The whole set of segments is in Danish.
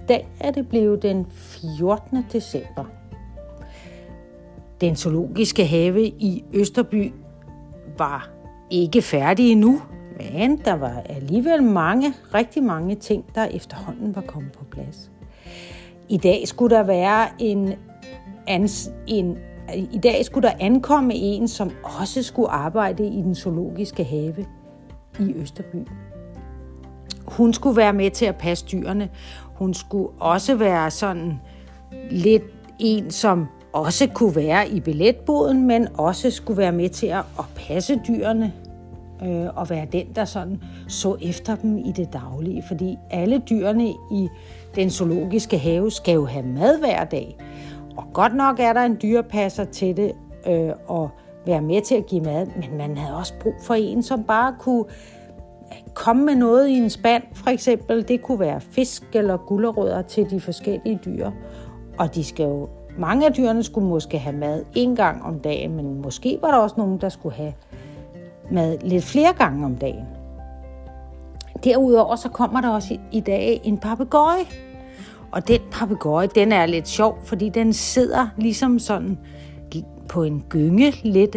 dag er det blevet den 14. december. Den zoologiske have i Østerby var ikke færdig endnu, men der var alligevel rigtig mange ting, der efterhånden var kommet på plads. I dag skulle der ankomme en, som også skulle arbejde i den zoologiske have i Østerby. Hun skulle være med til at passe dyrene. Hun skulle også være sådan lidt en, som også kunne være i billetboden, men også skulle være med til at passe dyrene og være den, der sådan så efter dem i det daglige. Fordi alle dyrene i den zoologiske have skal jo have mad hver dag. Og godt nok er der en dyrepasser til det og være med til at give mad, men man havde også brug for en, som bare kunne komme med noget i en spand, for eksempel. Det kunne være fisk eller gulerødder til de forskellige dyr. Og mange af dyrene skulle måske have mad en gang om dagen, men måske var der også nogen, der skulle have mad lidt flere gange om dagen. Derudover så kommer der også i dag en papegøje. Og den papegøje, den er lidt sjov, fordi den sidder ligesom sådan på en gynge lidt,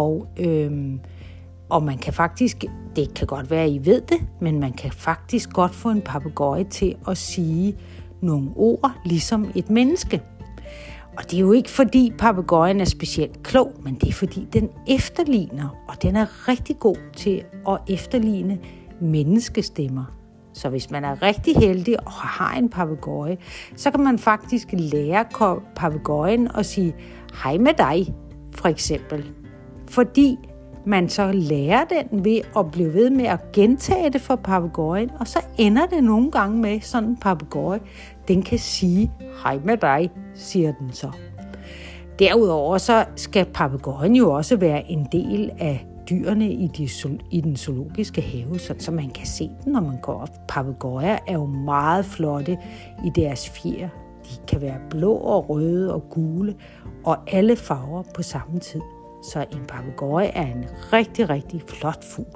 og man kan faktisk, det kan godt være, I ved det, men man kan faktisk godt få en papegøje til at sige nogle ord, ligesom et menneske. Og det er jo ikke fordi papegøjen er specielt klog, men det er fordi den efterligner, og den er rigtig god til at efterligne menneskestemmer. Så hvis man er rigtig heldig og har en papegøje, så kan man faktisk lære papegøjen at sige hej med dig, for eksempel. Fordi man så lærer den ved at blive ved med at gentage det for papegøjen, og så ender det nogle gange med sådan en papegøje. Den kan sige hej med dig, siger den så. Derudover så skal papegøjen jo også være en del af dyrene i den zoologiske have, så man kan se den, når man går op. Papegøjer er jo meget flotte i deres fjer. De kan være blå og røde og gule, og alle farver på samme tid. Så en papegøje er en rigtig, rigtig flot fugl.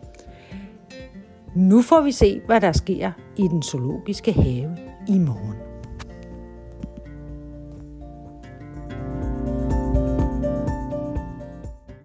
Nu får vi se, hvad der sker i den zoologiske have i morgen.